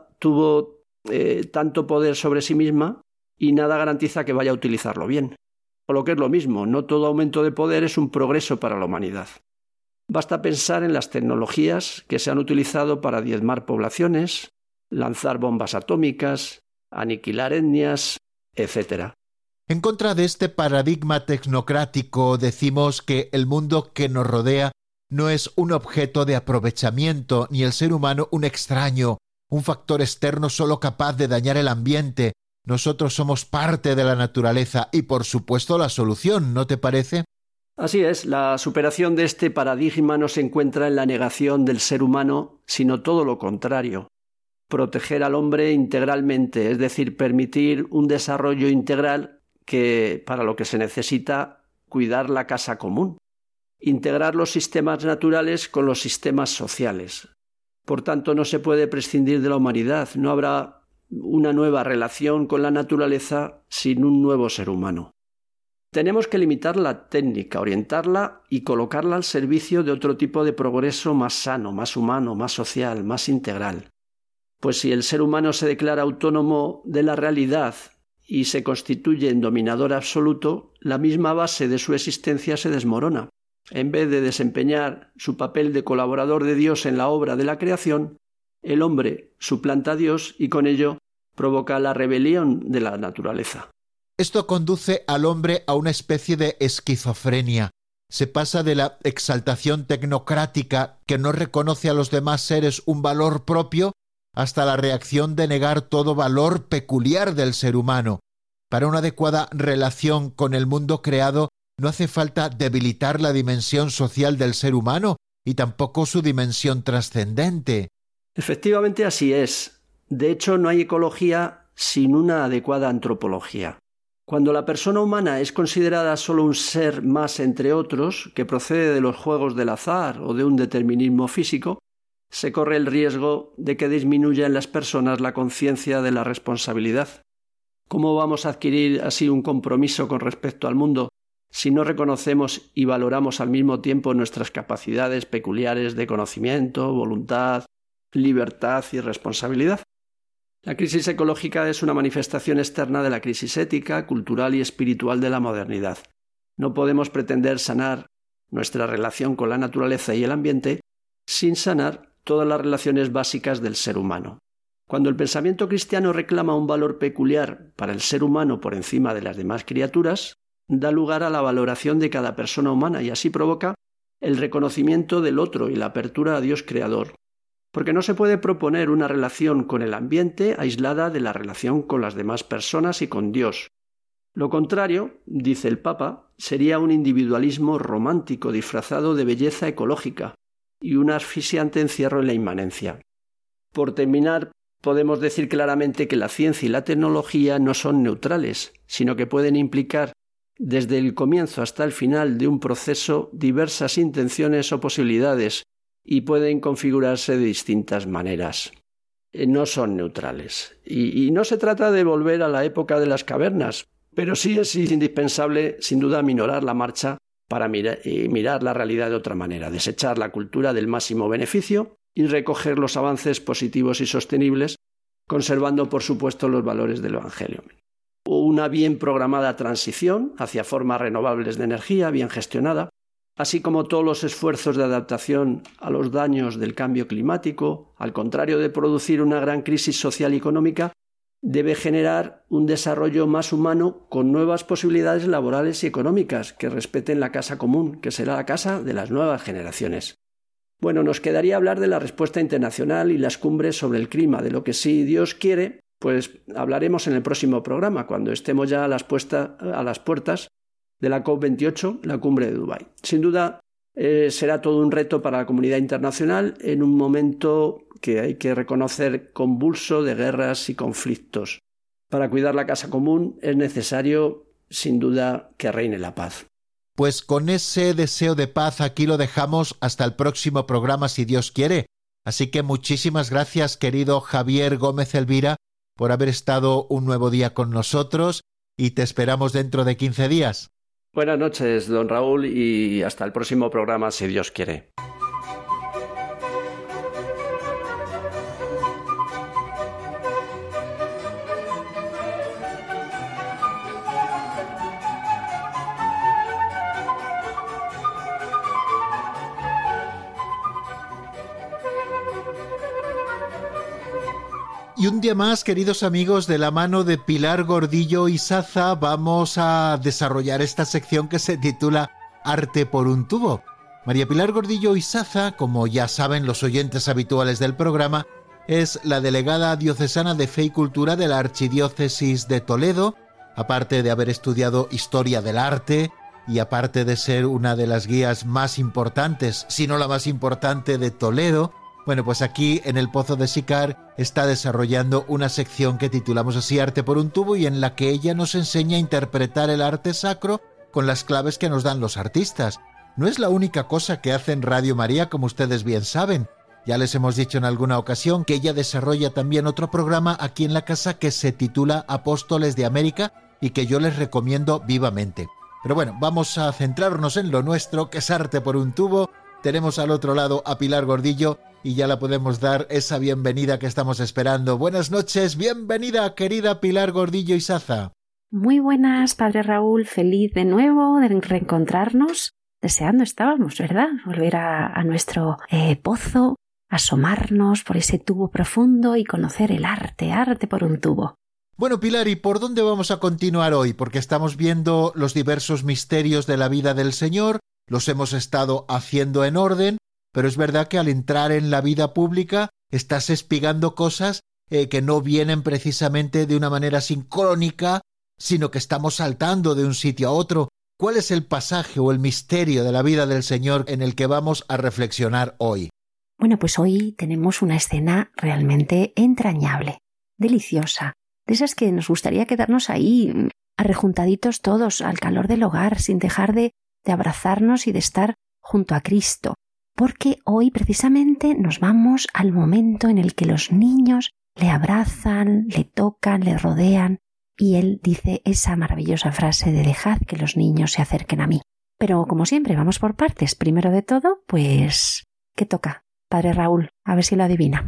tuvo tanto poder sobre sí misma y nada garantiza que vaya a utilizarlo bien. O lo que es lo mismo, no todo aumento de poder es un progreso para la humanidad. Basta pensar en las tecnologías que se han utilizado para diezmar poblaciones, lanzar bombas atómicas, aniquilar etnias, etc. En contra de este paradigma tecnocrático decimos que el mundo que nos rodea no es un objeto de aprovechamiento, ni el ser humano un extraño, un factor externo solo capaz de dañar el ambiente. Nosotros somos parte de la naturaleza y, por supuesto, la solución, ¿no te parece? Así es, la superación de este paradigma no se encuentra en la negación del ser humano, sino todo lo contrario. Proteger al hombre integralmente, es decir, permitir un desarrollo integral que, para lo que se necesita, cuidar la casa común. Integrar los sistemas naturales con los sistemas sociales. Por tanto, no se puede prescindir de la humanidad, no habrá una nueva relación con la naturaleza sin un nuevo ser humano. Tenemos que limitar la técnica, orientarla y colocarla al servicio de otro tipo de progreso más sano, más humano, más social, más integral. Pues si el ser humano se declara autónomo de la realidad y se constituye en dominador absoluto, la misma base de su existencia se desmorona. En vez de desempeñar su papel de colaborador de Dios en la obra de la creación, el hombre suplanta a Dios y con ello provoca la rebelión de la naturaleza. Esto conduce al hombre a una especie de esquizofrenia. Se pasa de la exaltación tecnocrática que no reconoce a los demás seres un valor propio hasta la reacción de negar todo valor peculiar del ser humano. Para una adecuada relación con el mundo creado, no hace falta debilitar la dimensión social del ser humano y tampoco su dimensión trascendente. Efectivamente así es. De hecho, no hay ecología sin una adecuada antropología. Cuando la persona humana es considerada solo un ser más entre otros, que procede de los juegos del azar o de un determinismo físico, se corre el riesgo de que disminuya en las personas la conciencia de la responsabilidad. ¿Cómo vamos a adquirir así un compromiso con respecto al mundo si no reconocemos y valoramos al mismo tiempo nuestras capacidades peculiares de conocimiento, voluntad, libertad y responsabilidad. La crisis ecológica es una manifestación externa de la crisis ética, cultural y espiritual de la modernidad. No podemos pretender sanar nuestra relación con la naturaleza y el ambiente sin sanar todas las relaciones básicas del ser humano. Cuando el pensamiento cristiano reclama un valor peculiar para el ser humano por encima de las demás criaturas, da lugar a la valoración de cada persona humana y así provoca el reconocimiento del otro y la apertura a Dios creador. Porque no se puede proponer una relación con el ambiente aislada de la relación con las demás personas y con Dios. Lo contrario, dice el Papa, sería un individualismo romántico disfrazado de belleza ecológica y un asfixiante encierro en la inmanencia. Por terminar, podemos decir claramente que la ciencia y la tecnología no son neutrales, sino que pueden implicar desde el comienzo hasta el final de un proceso diversas intenciones o posibilidades y pueden configurarse de distintas maneras. No son neutrales. Y no se trata de volver a la época de las cavernas, pero sí es indispensable, sin duda, minorar la marcha para mirar la realidad de otra manera, desechar la cultura del máximo beneficio y recoger los avances positivos y sostenibles, conservando, por supuesto, los valores del Evangelio. Una bien programada transición hacia formas renovables de energía, bien gestionada, así como todos los esfuerzos de adaptación a los daños del cambio climático, al contrario de producir una gran crisis social y económica, debe generar un desarrollo más humano con nuevas posibilidades laborales y económicas que respeten la casa común, que será la casa de las nuevas generaciones. Bueno, nos quedaría hablar de la respuesta internacional y las cumbres sobre el clima, de lo que si Dios quiere, pues hablaremos en el próximo programa, cuando estemos ya a las puertas de la COP28, la cumbre de Dubái. Sin duda, será todo un reto para la comunidad internacional en un momento que hay que reconocer convulso de guerras y conflictos. Para cuidar la casa común es necesario, sin duda, que reine la paz. Pues con ese deseo de paz aquí lo dejamos hasta el próximo programa, si Dios quiere. Así que muchísimas gracias, querido Javier Gómez Elvira, por haber estado un nuevo día con nosotros y te esperamos dentro de 15 días. Buenas noches, don Raúl, y hasta el próximo programa, si Dios quiere. Y un día más, queridos amigos, de la mano de Pilar Gordillo Izaza, vamos a desarrollar esta sección que se titula Arte por un tubo. María Pilar Gordillo Izaza, como ya saben los oyentes habituales del programa, es la delegada diocesana de Fe y Cultura de la Archidiócesis de Toledo, aparte de haber estudiado Historia del Arte y aparte de ser una de las guías más importantes, si no la más importante de Toledo. Bueno, pues aquí en el Pozo de Sicar está desarrollando una sección que titulamos así Arte por un tubo y en la que ella nos enseña a interpretar el arte sacro con las claves que nos dan los artistas. No es la única cosa que hace en Radio María, como ustedes bien saben. Ya les hemos dicho en alguna ocasión que ella desarrolla también otro programa aquí en la casa que se titula Apóstoles de América y que yo les recomiendo vivamente. Pero bueno, vamos a centrarnos en lo nuestro, que es Arte por un tubo. Tenemos al otro lado a Pilar Gordillo y ya la podemos dar esa bienvenida que estamos esperando. Buenas noches, bienvenida, querida Pilar Gordillo Izaza. Muy buenas, padre Raúl, feliz de nuevo de reencontrarnos. Deseando estábamos, ¿verdad? Volver a nuestro pozo, asomarnos por ese tubo profundo y conocer el arte por un tubo. Bueno, Pilar, ¿y por dónde vamos a continuar hoy? Porque estamos viendo los diversos misterios de la vida del Señor, los hemos estado haciendo en orden, pero es verdad que al entrar en la vida pública estás espigando cosas que no vienen precisamente de una manera sincrónica, sino que estamos saltando de un sitio a otro. ¿Cuál es el pasaje o el misterio de la vida del Señor en el que vamos a reflexionar hoy? Bueno, pues hoy tenemos una escena realmente entrañable, deliciosa, de esas que nos gustaría quedarnos ahí, arrejuntaditos todos, al calor del hogar, sin dejar de abrazarnos y de estar junto a Cristo. Porque hoy precisamente nos vamos al momento en el que los niños le abrazan, le tocan, le rodean y él dice esa maravillosa frase de dejad que los niños se acerquen a mí. Pero como siempre vamos por partes. Primero de todo, pues, ¿qué toca? Padre Raúl, a ver si lo adivina.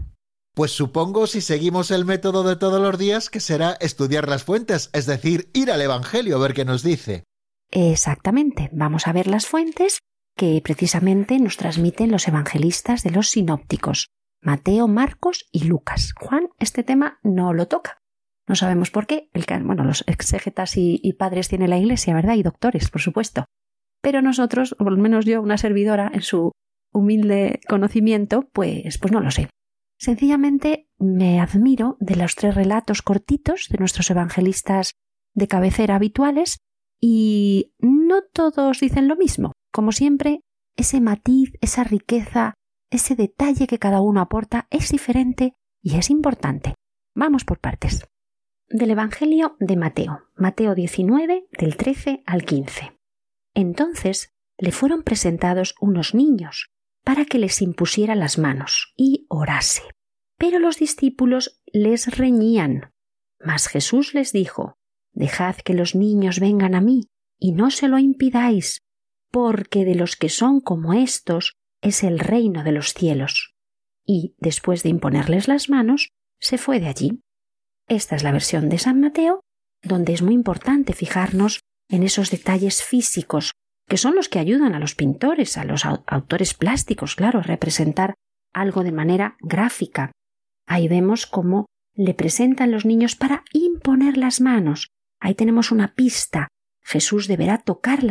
Pues supongo, si seguimos el método de todos los días, que será estudiar las fuentes, es decir, ir al Evangelio a ver qué nos dice. Exactamente. Vamos a ver las fuentes que precisamente nos transmiten los evangelistas de los sinópticos, Mateo, Marcos y Lucas. Juan este tema no lo toca. No sabemos por qué. Los exégetas y padres tiene la Iglesia, ¿verdad? Y doctores, por supuesto. Pero nosotros, o al menos yo, una servidora, en su humilde conocimiento, pues no lo sé. Sencillamente me admiro de los 3 relatos cortitos de nuestros evangelistas de cabecera habituales y no todos dicen lo mismo. Como siempre, ese matiz, esa riqueza, ese detalle que cada uno aporta es diferente y es importante. Vamos por partes. Del Evangelio de Mateo, Mateo 19, del 13 al 15. Entonces le fueron presentados unos niños para que les impusiera las manos y orase. Pero los discípulos les reñían. Mas Jesús les dijo: Dejad que los niños vengan a mí, y no se lo impidáis, porque de los que son como estos es el reino de los cielos. Y, después de imponerles las manos, se fue de allí. Esta es la versión de San Mateo, donde es muy importante fijarnos en esos detalles físicos, que son los que ayudan a los pintores, a los autores plásticos, claro, a representar algo de manera gráfica. Ahí vemos cómo le presentan los niños para imponer las manos. Ahí tenemos una pista. Jesús deberá tocar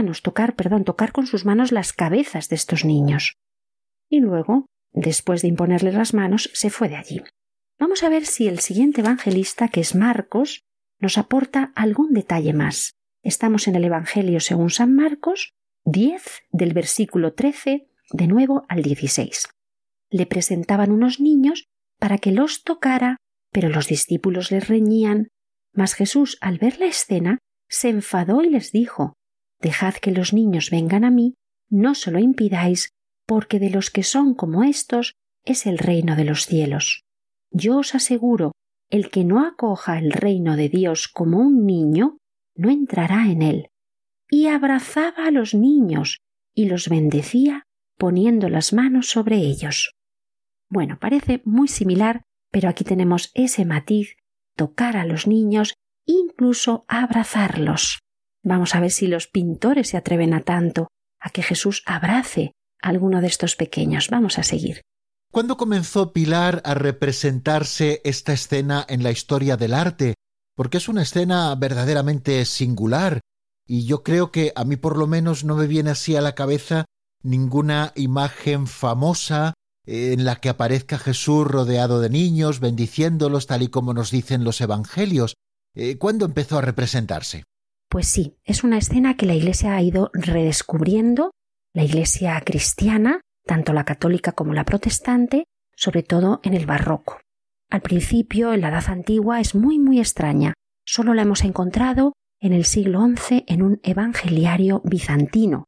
con sus manos las cabezas de estos niños. Y luego, después de imponerles las manos, se fue de allí. Vamos a ver si el siguiente evangelista, que es Marcos, nos aporta algún detalle más. Estamos en el Evangelio según San Marcos, 10, del versículo 13, de nuevo al 16. Le presentaban unos niños para que los tocara, pero los discípulos les reñían. Mas Jesús, al ver la escena, se enfadó y les dijo: Dejad que los niños vengan a mí, no se lo impidáis, porque de los que son como estos es el reino de los cielos. Yo os aseguro, el que no acoja el reino de Dios como un niño, no entrará en él. Y abrazaba a los niños y los bendecía poniendo las manos sobre ellos. Bueno, parece muy similar, pero aquí tenemos ese matiz: tocar a los niños, incluso abrazarlos. Vamos a ver si los pintores se atreven a tanto, a que Jesús abrace a alguno de estos pequeños. Vamos a seguir. ¿Cuándo comenzó Pilar a representarse esta escena en la historia del arte? Porque es una escena verdaderamente singular, y yo creo que a mí por lo menos no me viene así a la cabeza ninguna imagen famosa en la que aparezca Jesús rodeado de niños, bendiciéndolos tal y como nos dicen los evangelios. ¿Cuándo empezó a representarse? Pues sí, es una escena que la Iglesia ha ido redescubriendo, la Iglesia cristiana, tanto la católica como la protestante, sobre todo en el barroco. Al principio, en la Edad Antigua, es muy extraña. Solo la hemos encontrado en el siglo XI en un evangeliario bizantino.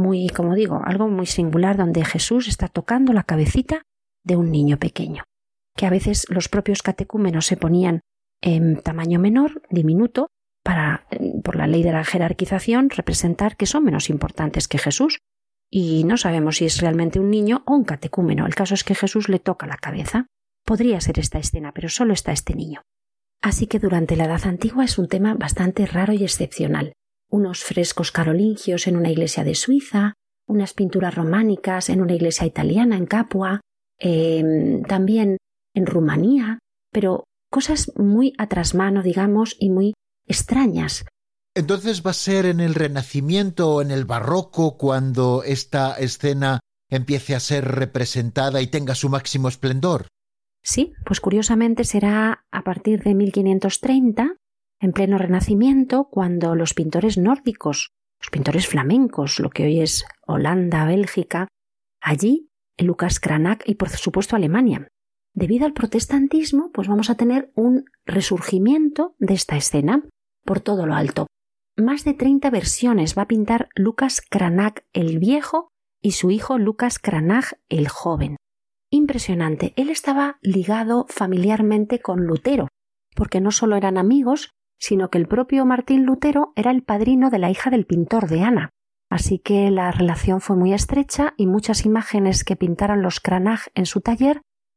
Algo muy singular, donde Jesús está tocando la cabecita de un niño pequeño, que a veces los propios catecúmenos se ponían en tamaño menor, diminuto, para, por la ley de la jerarquización, representar que son menos importantes que Jesús. Y no sabemos si es realmente un niño o un catecúmeno. El caso es que Jesús le toca la cabeza. Podría ser esta escena, pero solo está este niño. Así que durante la Edad Antigua es un tema bastante raro y excepcional. Unos frescos carolingios en una iglesia de Suiza, unas pinturas románicas en una iglesia italiana en Capua, también en Rumanía, pero cosas muy a trasmano, digamos, y muy extrañas. Entonces va a ser en el Renacimiento o en el Barroco cuando esta escena empiece a ser representada y tenga su máximo esplendor. Sí, pues curiosamente será a partir de 1530, en pleno Renacimiento, cuando los pintores nórdicos, los pintores flamencos, lo que hoy es Holanda, Bélgica, allí, Lucas Cranach y por supuesto Alemania. Debido al protestantismo, pues vamos a tener un resurgimiento de esta escena por todo lo alto. Más de 30 versiones va a pintar Lucas Cranach el viejo y su hijo Lucas Cranach el joven. Impresionante. Él estaba ligado familiarmente con Lutero, porque no solo eran amigos, sino que el propio Martín Lutero era el padrino de la hija del pintor de Ana. Así que la relación fue muy estrecha y muchas imágenes que pintaran los Cranach en su taller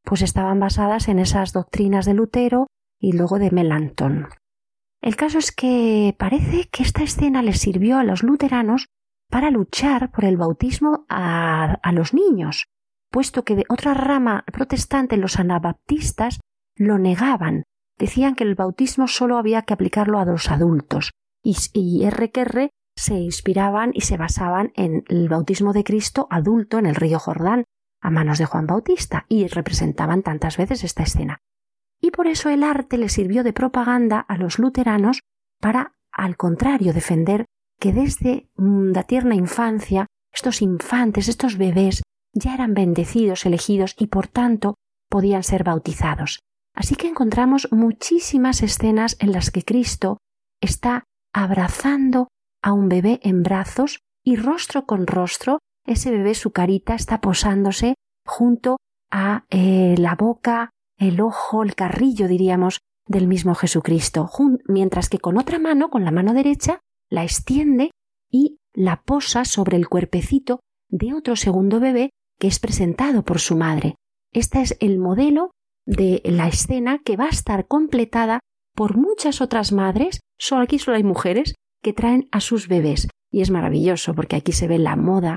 pues estaban basadas en esas doctrinas de Lutero y luego de Melanchthon. El caso es que parece que esta escena les sirvió a los luteranos para luchar por el bautismo a los niños, puesto que de otra rama protestante, los anabaptistas, lo negaban. Decían que el bautismo solo había que aplicarlo a los adultos, y R que R se inspiraban y se basaban en el bautismo de Cristo adulto en el río Jordán, a manos de Juan Bautista, y representaban tantas veces esta escena. Y por eso el arte le sirvió de propaganda a los luteranos para, al contrario, defender que desde la tierna infancia estos infantes, estos bebés, ya eran bendecidos, elegidos y por tanto podían ser bautizados. Así que encontramos muchísimas escenas en las que Cristo está abrazando a un bebé en brazos y rostro con rostro, ese bebé, su carita está posándose junto a la boca, el ojo, el carrillo, diríamos, del mismo Jesucristo, mientras que con otra mano, con la mano derecha, la extiende y la posa sobre el cuerpecito de otro segundo bebé que es presentado por su madre. Este es el modelo de la escena que va a estar completada por muchas otras madres, aquí solo hay mujeres, que traen a sus bebés. Y es maravilloso porque aquí se ve la moda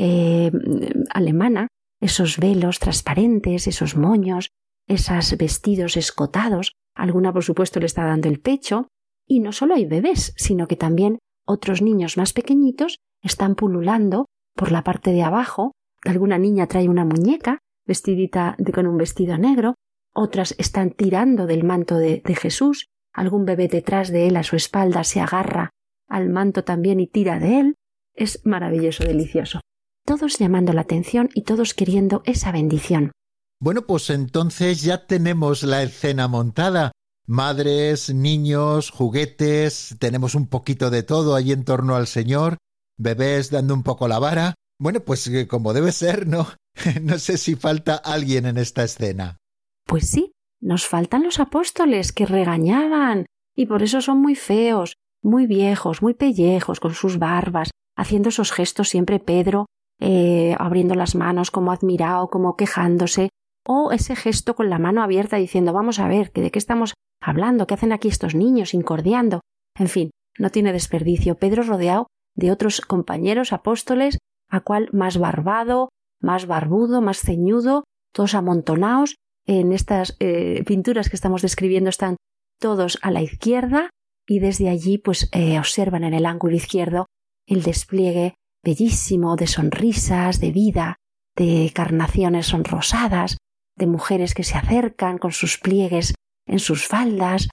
alemana, esos velos transparentes, esos moños, esos vestidos escotados. Alguna, por supuesto, le está dando el pecho. Y no solo hay bebés, sino que también otros niños más pequeñitos están pululando por la parte de abajo. Alguna niña trae una muñeca vestidita con un vestido negro. Otras están tirando del manto de Jesús. Algún bebé detrás de él a su espalda se agarra al manto también y tira de él. Es maravilloso, delicioso. Todos llamando la atención y todos queriendo esa bendición. Bueno, pues entonces ya tenemos la escena montada. Madres, niños, juguetes, tenemos un poquito de todo ahí en torno al Señor, bebés dando un poco la vara. Bueno, pues como debe ser, ¿no? No sé si falta alguien en esta escena. Pues sí, nos faltan los apóstoles que regañaban y por eso son muy feos, muy viejos, muy pellejos, con sus barbas, haciendo esos gestos siempre Pedro, abriendo las manos como admirado, como quejándose, o ese gesto con la mano abierta diciendo vamos a ver, ¿de qué estamos hablando? ¿Qué hacen aquí estos niños incordiando? En fin, no tiene desperdicio. Pedro rodeado de otros compañeros apóstoles, a cual más barbado, más barbudo, más ceñudo, todos amontonados. En estas pinturas que estamos describiendo están todos a la izquierda y desde allí pues observan en el ángulo izquierdo el despliegue bellísimo de sonrisas, de vida, de carnaciones sonrosadas, de mujeres que se acercan con sus pliegues en sus faldas,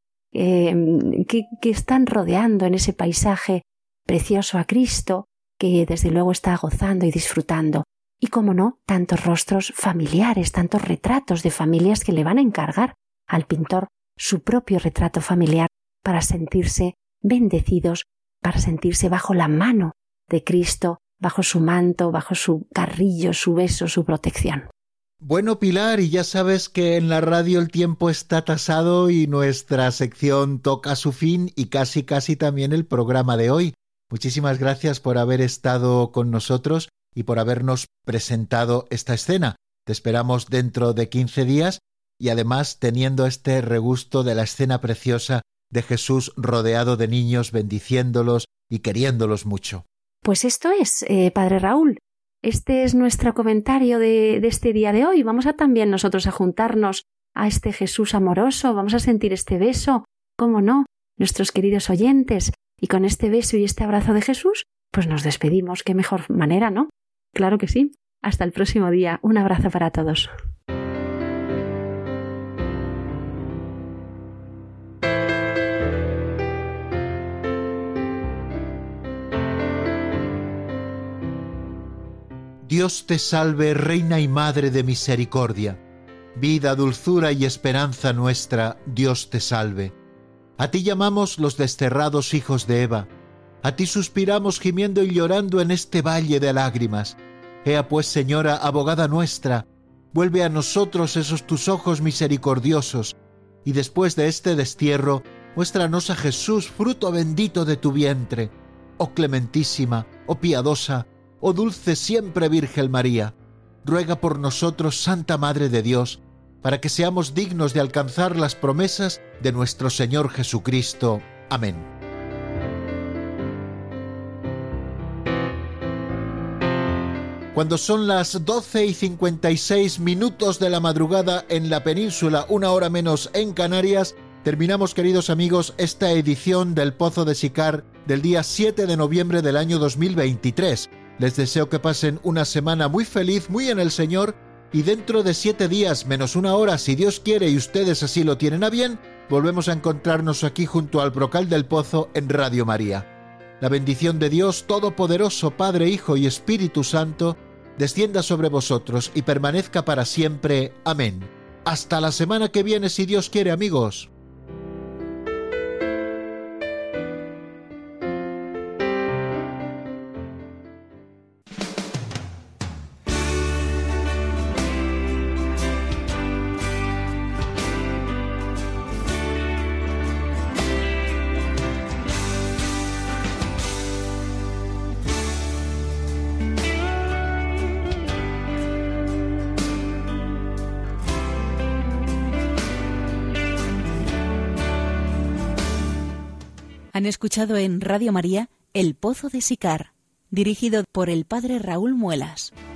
que están rodeando en ese paisaje precioso a Cristo, que desde luego está gozando y disfrutando. Y cómo no, tantos rostros familiares, tantos retratos de familias que le van a encargar al pintor su propio retrato familiar para sentirse bendecidos, para sentirse bajo la mano de Cristo, bajo su manto, bajo su carrillo, su beso, su protección. Bueno, Pilar, y ya sabes que en la radio el tiempo está tasado y nuestra sección toca su fin y casi también el programa de hoy. Muchísimas gracias por haber estado con nosotros y por habernos presentado esta escena. Te esperamos dentro de 15 días y además teniendo este regusto de la escena preciosa de Jesús rodeado de niños, bendiciéndolos y queriéndolos mucho. Pues esto es, Padre Raúl. Este es nuestro comentario de este día de hoy. Vamos a también nosotros a juntarnos a este Jesús amoroso, vamos a sentir este beso, cómo no, nuestros queridos oyentes, y con este beso y este abrazo de Jesús, pues nos despedimos. Qué mejor manera, ¿no? Claro que sí. Hasta el próximo día. Un abrazo para todos. Dios te salve, Reina y Madre de misericordia, vida, dulzura y esperanza nuestra, Dios te salve. A ti llamamos los desterrados hijos de Eva, a ti suspiramos gimiendo y llorando en este valle de lágrimas. Ea pues, Señora, abogada nuestra, vuelve a nosotros esos tus ojos misericordiosos, y después de este destierro, muéstranos a Jesús, fruto bendito de tu vientre. Oh clementísima, oh piadosa, oh dulce siempre Virgen María, ruega por nosotros, Santa Madre de Dios, para que seamos dignos de alcanzar las promesas de nuestro Señor Jesucristo. Amén. Cuando son las 12:56 de la madrugada en la península, 1 hora menos en Canarias, terminamos, queridos amigos, esta edición del Pozo de Sicar del día 7 de noviembre del año 2023. Les deseo que pasen una semana muy feliz, muy en el Señor, y dentro de 7 días menos 1 hora, si Dios quiere y ustedes así lo tienen a bien, volvemos a encontrarnos aquí junto al brocal del Pozo en Radio María. La bendición de Dios Todopoderoso, Padre, Hijo y Espíritu Santo, descienda sobre vosotros y permanezca para siempre. Amén. Hasta la semana que viene, si Dios quiere, amigos. Han escuchado en Radio María El Pozo de Sicar, dirigido por el padre Raúl Muelas.